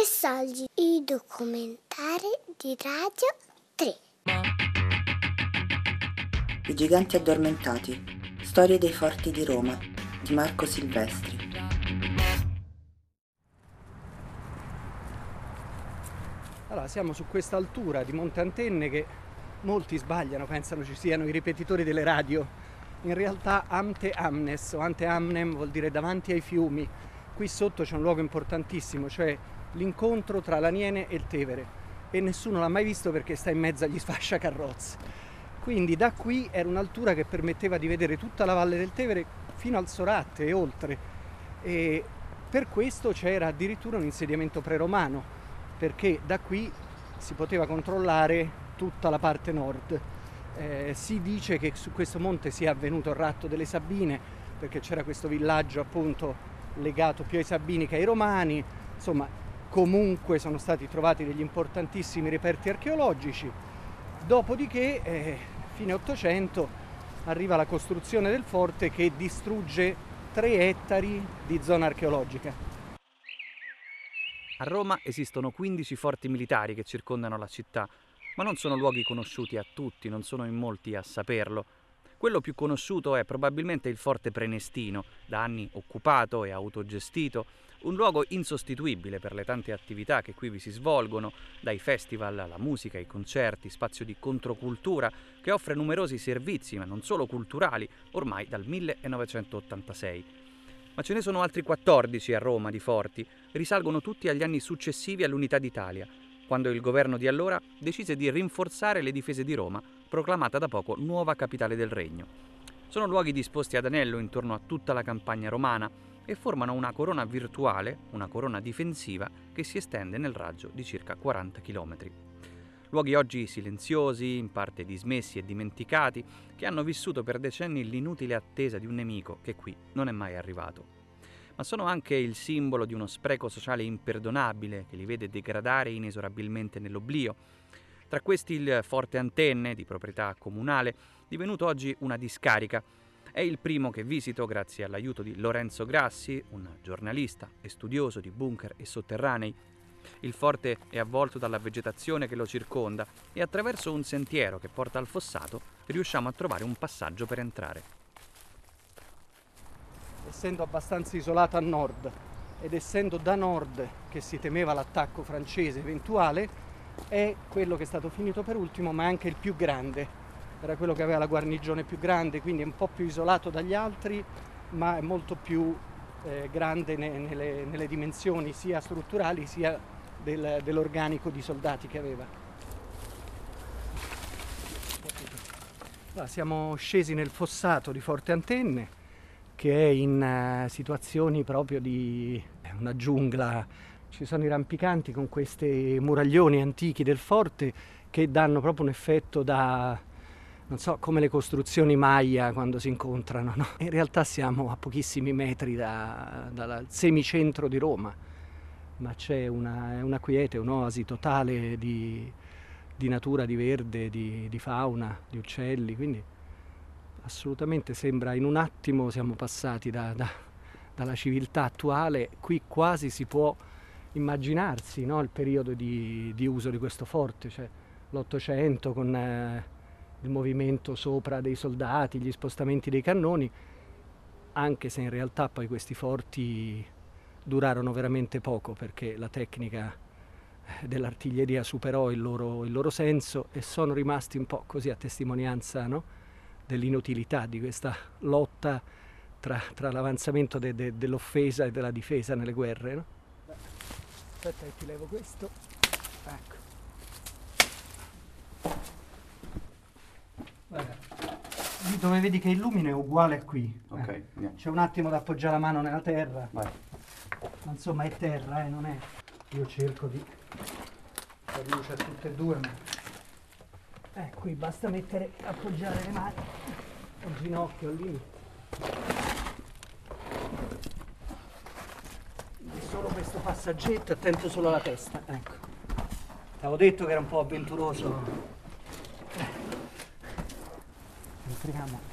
Messaggi, i documentari di Radio 3. I giganti addormentati. Storie dei forti di Roma di Marco Silvestri. Allora, siamo su questa altura di Monte Antenne che molti sbagliano, pensano ci siano i ripetitori delle radio. In realtà Ante Amnes o Ante Amnem vuol dire davanti ai fiumi. Qui sotto c'è un luogo importantissimo, cioè l'incontro tra l'Aniene e il Tevere, e nessuno l'ha mai visto perché sta in mezzo agli sfasciacarrozze. Quindi da qui era un'altura che permetteva di vedere tutta la valle del Tevere fino al Soracte e oltre, e per questo c'era addirittura un insediamento preromano, perché da qui si poteva controllare tutta la parte nord. Si dice che su questo monte sia avvenuto il ratto delle Sabine, perché c'era questo villaggio appunto legato più ai Sabini che ai Romani. Insomma, comunque sono stati trovati degli importantissimi reperti archeologici. Dopodiché, fine 800, arriva la costruzione del forte che distrugge 3 ettari di zona archeologica. A Roma esistono 15 forti militari che circondano la città, ma non sono luoghi conosciuti a tutti, non sono in molti a saperlo. Quello più conosciuto è probabilmente il Forte Prenestino, da anni occupato e autogestito, un luogo insostituibile per le tante attività che qui vi si svolgono, dai festival alla musica, ai concerti, spazio di controcultura che offre numerosi servizi, ma non solo culturali, ormai dal 1986. Ma ce ne sono altri 14 a Roma di forti, risalgono tutti agli anni successivi all'Unità d'Italia, quando il governo di allora decise di rinforzare le difese di Roma, proclamata da poco nuova capitale del regno. Sono luoghi disposti ad anello intorno a tutta la campagna romana e formano una corona virtuale, una corona difensiva che si estende nel raggio di circa 40 km. Luoghi oggi silenziosi, in parte dismessi e dimenticati, che hanno vissuto per decenni l'inutile attesa di un nemico che qui non è mai arrivato. Ma sono anche il simbolo di uno spreco sociale imperdonabile che li vede degradare inesorabilmente nell'oblio. Tra questi il Forte Antenne, di proprietà comunale, divenuto oggi una discarica. È il primo che visito grazie all'aiuto di Lorenzo Grassi, un giornalista e studioso di bunker e sotterranei. Il forte è avvolto dalla vegetazione che lo circonda e attraverso un sentiero che porta al fossato riusciamo a trovare un passaggio per entrare. Essendo abbastanza isolato a nord ed essendo da nord che si temeva l'attacco francese eventuale, è quello che è stato finito per ultimo, ma è anche il più grande. Era quello che aveva la guarnigione più grande, quindi è un po' più isolato dagli altri, ma è molto più grande nelle dimensioni sia strutturali sia dell'organico di soldati che aveva. Allora, siamo scesi nel fossato di Forte Antenne, che è in situazioni proprio di una giungla. Ci sono i rampicanti con questi muraglioni antichi del forte che danno proprio un effetto da, non so, come le costruzioni Maya quando si incontrano, no? In realtà siamo a pochissimi metri dal semicentro di Roma, ma c'è una quiete, un'oasi totale di natura, di verde, di fauna, di uccelli, quindi assolutamente sembra in un attimo siamo passati dalla civiltà attuale. Qui quasi si può immaginarsi, no, il periodo di uso di questo forte, cioè l'Ottocento con il movimento sopra dei soldati, gli spostamenti dei cannoni, anche se in realtà poi questi forti durarono veramente poco perché la tecnica dell'artiglieria superò il loro senso e sono rimasti un po' così a testimonianza, no, dell'inutilità di questa lotta tra l'avanzamento dell'offesa e della difesa nelle guerre, no? Aspetta che ti levo questo. Ecco. Guarda, lì dove vedi che illumina è uguale a qui. Ok, yeah. C'è un attimo da appoggiare la mano nella terra. Vai. Ma insomma è terra, non è. Io cerco di fare luce a tutte e due, ma qui basta appoggiare le mani al ginocchio lì. E solo questo passaggetto, attento solo alla testa, ecco. Ti avevo detto che era un po' avventuroso. Entriamo.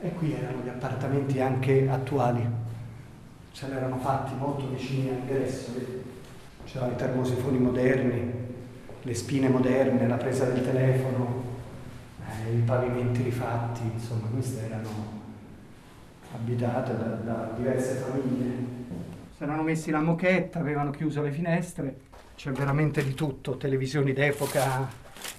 E qui erano gli appartamenti anche attuali, ce l'erano fatti molto vicini all'ingresso, c'erano i termosifoni moderni, le spine moderne, la presa del telefono, i pavimenti rifatti, insomma queste erano abitate da diverse famiglie. Si erano messi la moquette, avevano chiuso le finestre, c'è veramente di tutto, televisioni d'epoca.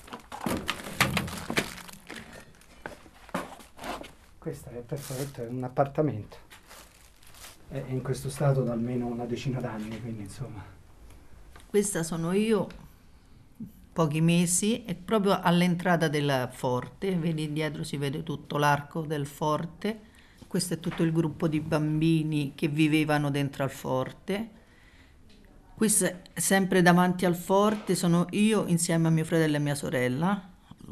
Questo è perfetto, è un appartamento. È in questo stato da almeno una decina d'anni, quindi insomma. Questa sono io, pochi mesi, e proprio all'entrata del forte, vedi dietro si vede tutto l'arco del forte. Questo è tutto il gruppo di bambini che vivevano dentro al forte. Questo è sempre davanti al forte, sono io insieme a mio fratello e mia sorella.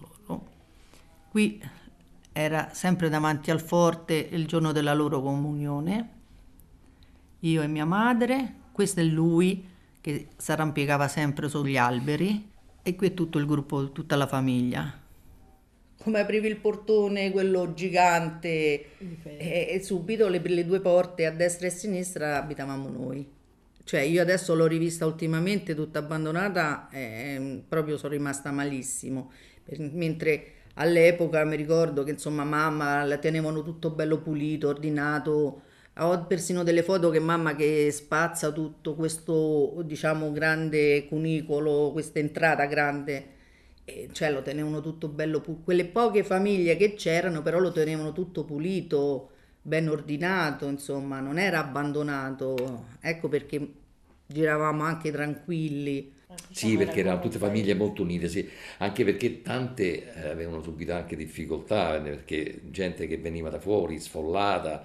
Qui era sempre davanti al forte il giorno della loro comunione, io e mia madre. Questo è lui che si arrampicava sempre sugli alberi, e qui è tutto il gruppo, tutta la famiglia. Come aprivi il portone, quello gigante, e subito le due porte a destra e a sinistra abitavamo noi. Cioè io adesso l'ho rivista ultimamente tutta abbandonata, proprio sono rimasta malissimo, mentre all'epoca mi ricordo che insomma mamma la tenevano tutto bello pulito, ordinato. Ho persino delle foto che mamma che spazza tutto questo, diciamo, grande cunicolo, questa entrata grande, e cioè lo tenevano tutto bello pulito. Quelle poche famiglie che c'erano però lo tenevano tutto pulito, ben ordinato, insomma, non era abbandonato. Ecco perché giravamo anche tranquilli. Sì, perché erano tutte famiglie molto unite, sì, anche perché tante avevano subito anche difficoltà, perché gente che veniva da fuori, sfollata,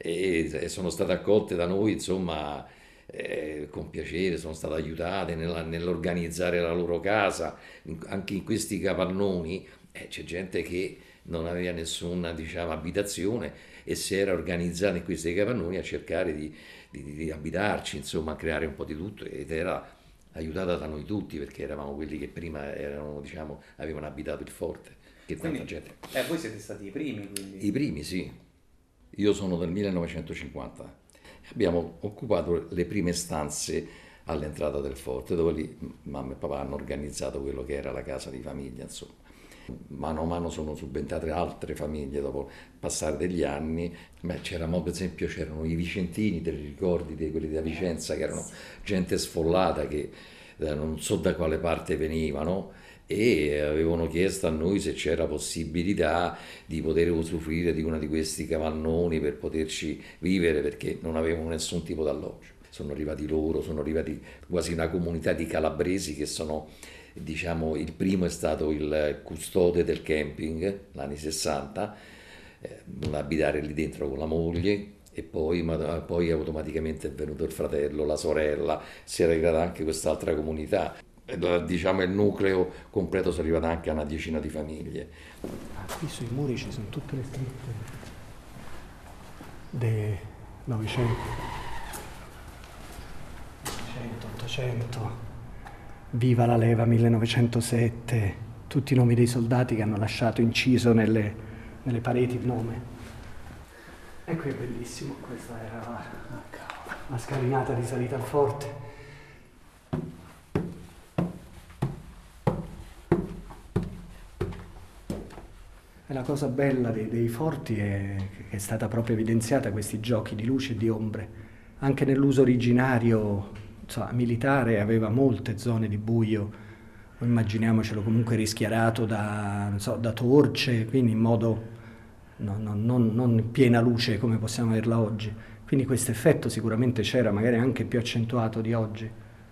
e sono state accolte da noi, insomma, con piacere, sono state aiutate nell'organizzare la loro casa. Anche in questi capannoni c'è gente che non aveva nessuna, diciamo, abitazione e si era organizzata in questi capannoni a cercare di abitarci, insomma, a creare un po' di tutto, ed era aiutata da noi tutti, perché eravamo quelli che prima erano, diciamo, avevano abitato il forte. Che Quindi, tanta gente. voi siete stati i primi, quindi. I primi, sì. Io sono del 1950. Abbiamo occupato le prime stanze all'entrata del forte, dove lì mamma e papà hanno organizzato quello che era la casa di famiglia, insomma. Mano a mano sono subentrate altre famiglie dopo il passare degli anni. Per esempio c'erano i vicentini, te li ricordi, quelli da Vicenza, che erano gente sfollata che non so da quale parte venivano, e avevano chiesto a noi se c'era possibilità di poter usufruire di uno di questi capannoni per poterci vivere, perché non avevano nessun tipo d'alloggio. Sono arrivati loro, sono arrivati quasi una comunità di calabresi che sono, diciamo, il primo è stato il custode del camping, negli anni 60, abitare lì dentro con la moglie, e poi automaticamente è venuto il fratello, la sorella, si era creata anche quest'altra comunità. Diciamo il nucleo completo sono arrivate anche a una decina di famiglie. Qui sui muri ci sono tutte le scritte del Novecento, 800, viva la leva 1907, tutti i nomi dei soldati che hanno lasciato inciso nelle pareti il nome. E qui è bellissimo, questa era la scalinata di salita al forte. E la cosa bella dei forti è che è stata proprio evidenziata questi giochi di luce e di ombre. Anche nell'uso originario, insomma, militare, aveva molte zone di buio, immaginiamocelo comunque rischiarato da torce, quindi in modo non in piena luce come possiamo averla oggi. Quindi questo effetto sicuramente c'era, magari anche più accentuato di oggi.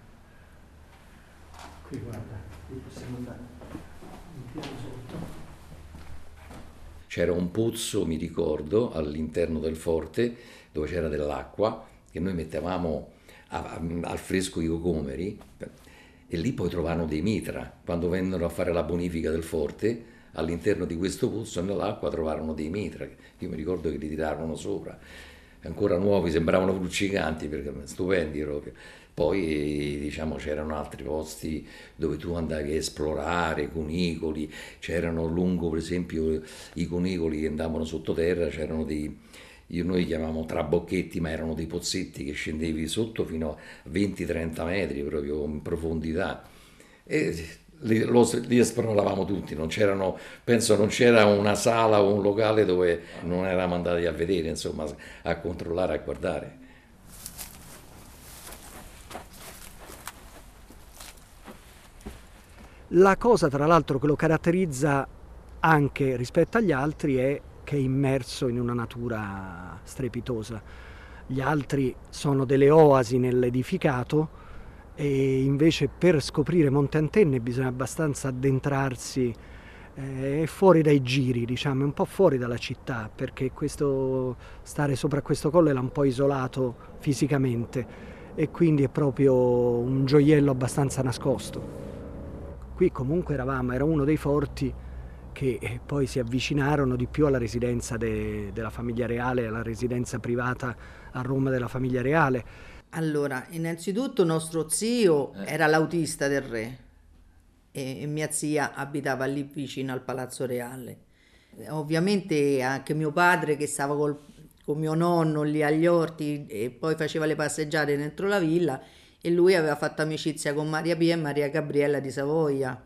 Qui guarda, qui possiamo andare in piano sotto. C'era un pozzo, mi ricordo, all'interno del forte, dove c'era dell'acqua, che noi mettevamo al fresco i cocomeri, e lì poi trovavano dei mitra. Quando vennero a fare la bonifica del forte, all'interno di questo pozzo, nell'acqua, trovarono dei mitra. Io mi ricordo che li tirarono sopra, ancora nuovi, sembravano luccicanti, perché stupendi proprio. Poi diciamo c'erano altri posti dove tu andavi a esplorare, cunicoli, c'erano lungo per esempio i cunicoli che andavano sottoterra, c'erano noi li chiamavamo trabocchetti, ma erano dei pozzetti che scendevi sotto fino a 20-30 metri proprio in profondità. E li esploravamo tutti, penso non c'era una sala o un locale dove non eravamo andati a vedere, insomma, a controllare, a guardare. La cosa, tra l'altro, che lo caratterizza anche rispetto agli altri è che è immerso in una natura strepitosa. Gli altri sono delle oasi nell'edificato e invece per scoprire Monte Antenne bisogna abbastanza addentrarsi fuori dai giri, diciamo, un po' fuori dalla città, perché stare sopra questo colle l'ha un po' isolato fisicamente e quindi è proprio un gioiello abbastanza nascosto. Qui comunque era uno dei forti che poi si avvicinarono di più alla residenza della famiglia reale, alla residenza privata a Roma della famiglia reale. Allora, innanzitutto nostro zio era l'autista del re e mia zia abitava lì vicino al Palazzo Reale. Ovviamente anche mio padre che stava con mio nonno lì agli orti e poi faceva le passeggiate dentro la villa, e lui aveva fatto amicizia con Maria Pia e Maria Gabriella di Savoia.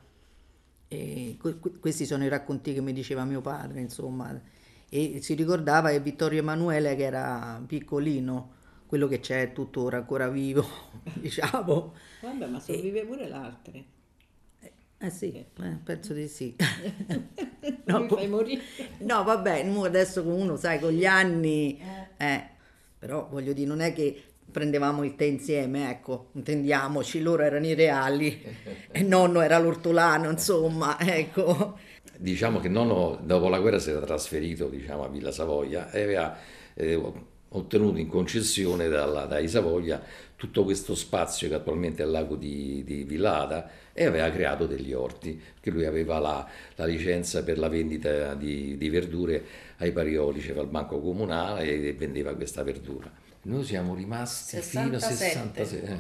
E questi sono i racconti che mi diceva mio padre, insomma. E si ricordava che Vittorio Emanuele, che era piccolino, quello che c'è tuttora ancora vivo, diciamo. Vabbè, ma sopravvive pure l'altro. Sì, penso di sì. No, mi fai morire. No, vabbè, adesso uno, sai, con gli anni... Però voglio dire, non è che prendevamo il tè insieme, ecco, intendiamoci, loro erano i reali e nonno era l'ortolano, insomma, ecco. Diciamo che nonno dopo la guerra si era trasferito, diciamo, a Villa Savoia e aveva ottenuto in concessione dai Savoia tutto questo spazio che attualmente è il lago di Villada, e aveva creato degli orti, perché lui aveva la licenza per la vendita di verdure ai Parioli, c'era il banco comunale e vendeva questa verdura. Noi siamo rimasti 67. fino a 66.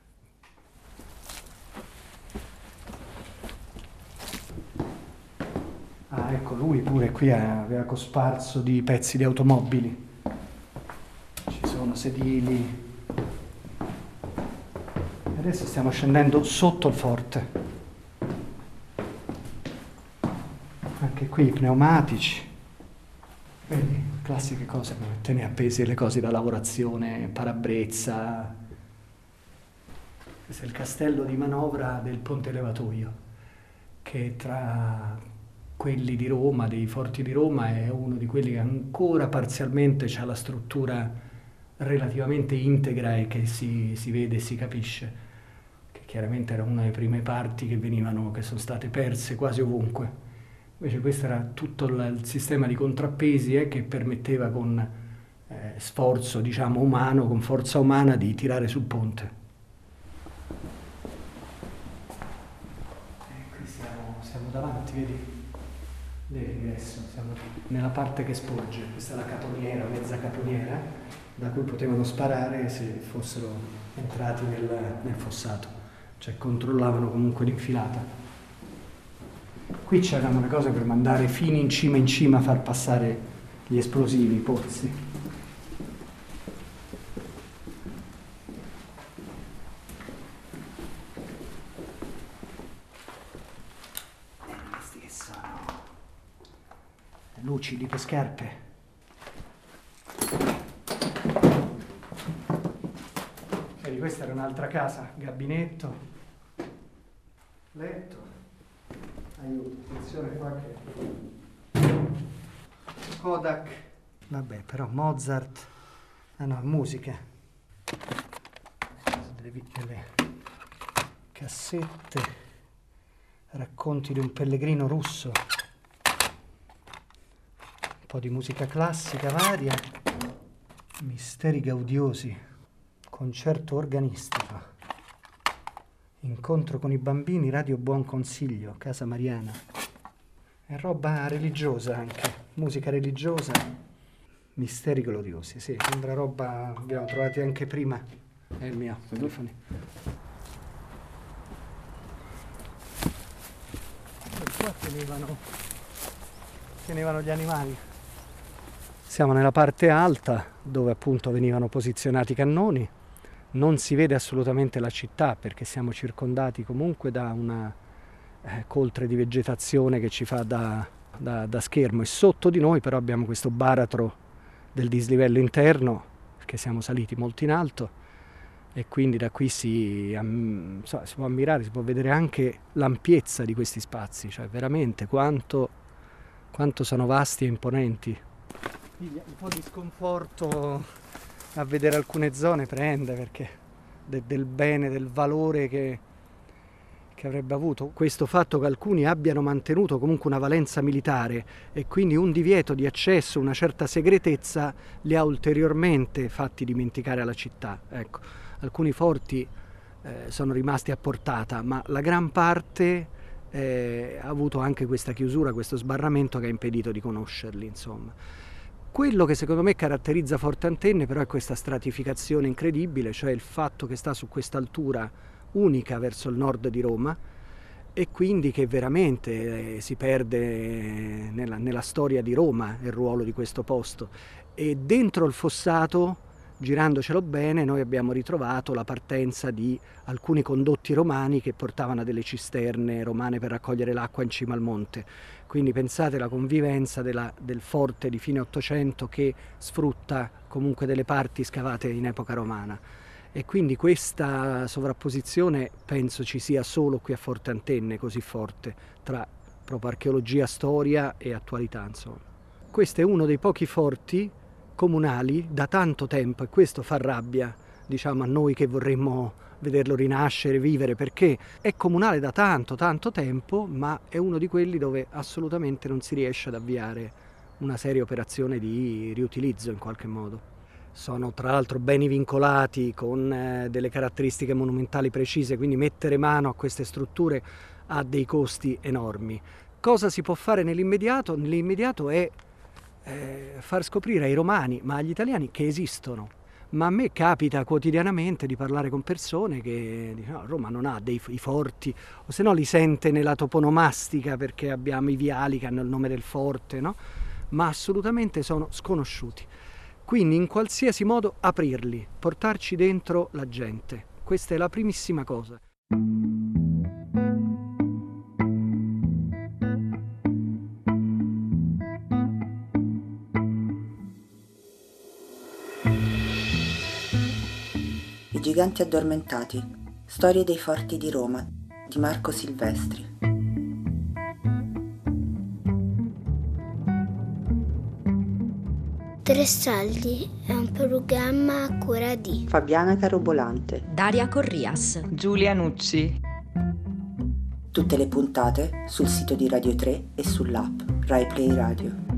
Ah, ecco, lui pure qui aveva cosparso di pezzi di automobili. Ci sono sedili. Adesso stiamo scendendo sotto il forte. Anche qui pneumatici. Vedi, classiche cose come tenere appese le cose da lavorazione, parabrezza. Questo è il castello di manovra del Ponte Levatoio, che tra quelli di Roma, dei forti di Roma, è uno di quelli che ancora parzialmente ha la struttura relativamente integra e che si vede e si capisce, che chiaramente era una delle prime parti che sono state perse quasi ovunque. Invece questo era tutto il sistema di contrappesi che permetteva con sforzo, diciamo, umano, con forza umana, di tirare sul ponte. Qui siamo davanti, vedi? L'ingresso, siamo nella parte che sporge. Questa è la caponiera, mezza caponiera, da cui potevano sparare se fossero entrati nel fossato, cioè controllavano comunque l'infilata. Qui c'erano le cose per mandare fino in cima a far passare gli esplosivi, i pozzi. Questi che sono lucidi che scarpe. Vedi, questa era un'altra casa, gabinetto, letto. Aiuto, attenzione qua che... Kodak. Vabbè, però Mozart... Ah no, musica. Delle cassette. Racconti di un pellegrino russo. Un po' di musica classica varia. Misteri gaudiosi. Concerto organistico. Incontro con i bambini, Radio Buon Consiglio, Casa Mariana. È roba religiosa anche, musica religiosa. Misteri gloriosi, sì, sembra roba, abbiamo trovati anche prima È il mio telefono. Qua tenevano gli animali. Siamo nella parte alta dove appunto venivano posizionati i cannoni. Non si vede assolutamente la città perché siamo circondati comunque da una coltre di vegetazione che ci fa da schermo, e sotto di noi però abbiamo questo baratro del dislivello interno perché siamo saliti molto in alto, e quindi da qui si può ammirare, si può vedere anche l'ampiezza di questi spazi, cioè veramente quanto sono vasti e imponenti. Un po' di sconforto a vedere alcune zone prende, perché del bene, del valore che avrebbe avuto questo fatto che alcuni abbiano mantenuto comunque una valenza militare e quindi un divieto di accesso, una certa segretezza, li ha ulteriormente fatti dimenticare alla città. Ecco, alcuni forti sono rimasti a portata, ma la gran parte ha avuto anche questa chiusura, questo sbarramento che ha impedito di conoscerli, insomma. Quello che secondo me caratterizza Forte Antenne però è questa stratificazione incredibile, cioè il fatto che sta su questa altura unica verso il nord di Roma, e quindi che veramente si perde nella storia di Roma il ruolo di questo posto. E dentro il fossato, girandocelo bene, noi abbiamo ritrovato la partenza di alcuni condotti romani che portavano a delle cisterne romane per raccogliere l'acqua in cima al monte. Quindi pensate alla convivenza del forte di fine Ottocento che sfrutta comunque delle parti scavate in epoca romana. E quindi questa sovrapposizione penso ci sia solo qui a Forte Antenne, così forte, tra proprio archeologia, storia e attualità, insomma. Questo è uno dei pochi forti comunali da tanto tempo, e questo fa rabbia, diciamo, a noi che vorremmo vederlo rinascere, vivere, perché è comunale da tanto tempo, ma è uno di quelli dove assolutamente non si riesce ad avviare una seria operazione di riutilizzo in qualche modo. Sono tra l'altro beni vincolati con delle caratteristiche monumentali precise, quindi mettere mano a queste strutture ha dei costi enormi. Cosa si può fare nell'immediato? Nell'immediato è far scoprire ai romani, ma agli italiani, che esistono. Ma a me capita quotidianamente di parlare con persone che dicono no, Roma non ha i forti, o se no li sente nella toponomastica perché abbiamo i viali che hanno il nome del forte, no? Ma assolutamente sono sconosciuti. Quindi in qualsiasi modo aprirli, portarci dentro la gente. Questa è la primissima cosa. I giganti addormentati. Storie dei forti di Roma di Marco Silvestri. Tre Saldi è un programma a cura di Fabiana Carobolante, Daria Corrias, Giulia Nucci. Tutte le puntate sul sito di Radio 3 e sull'app Rai Play Radio.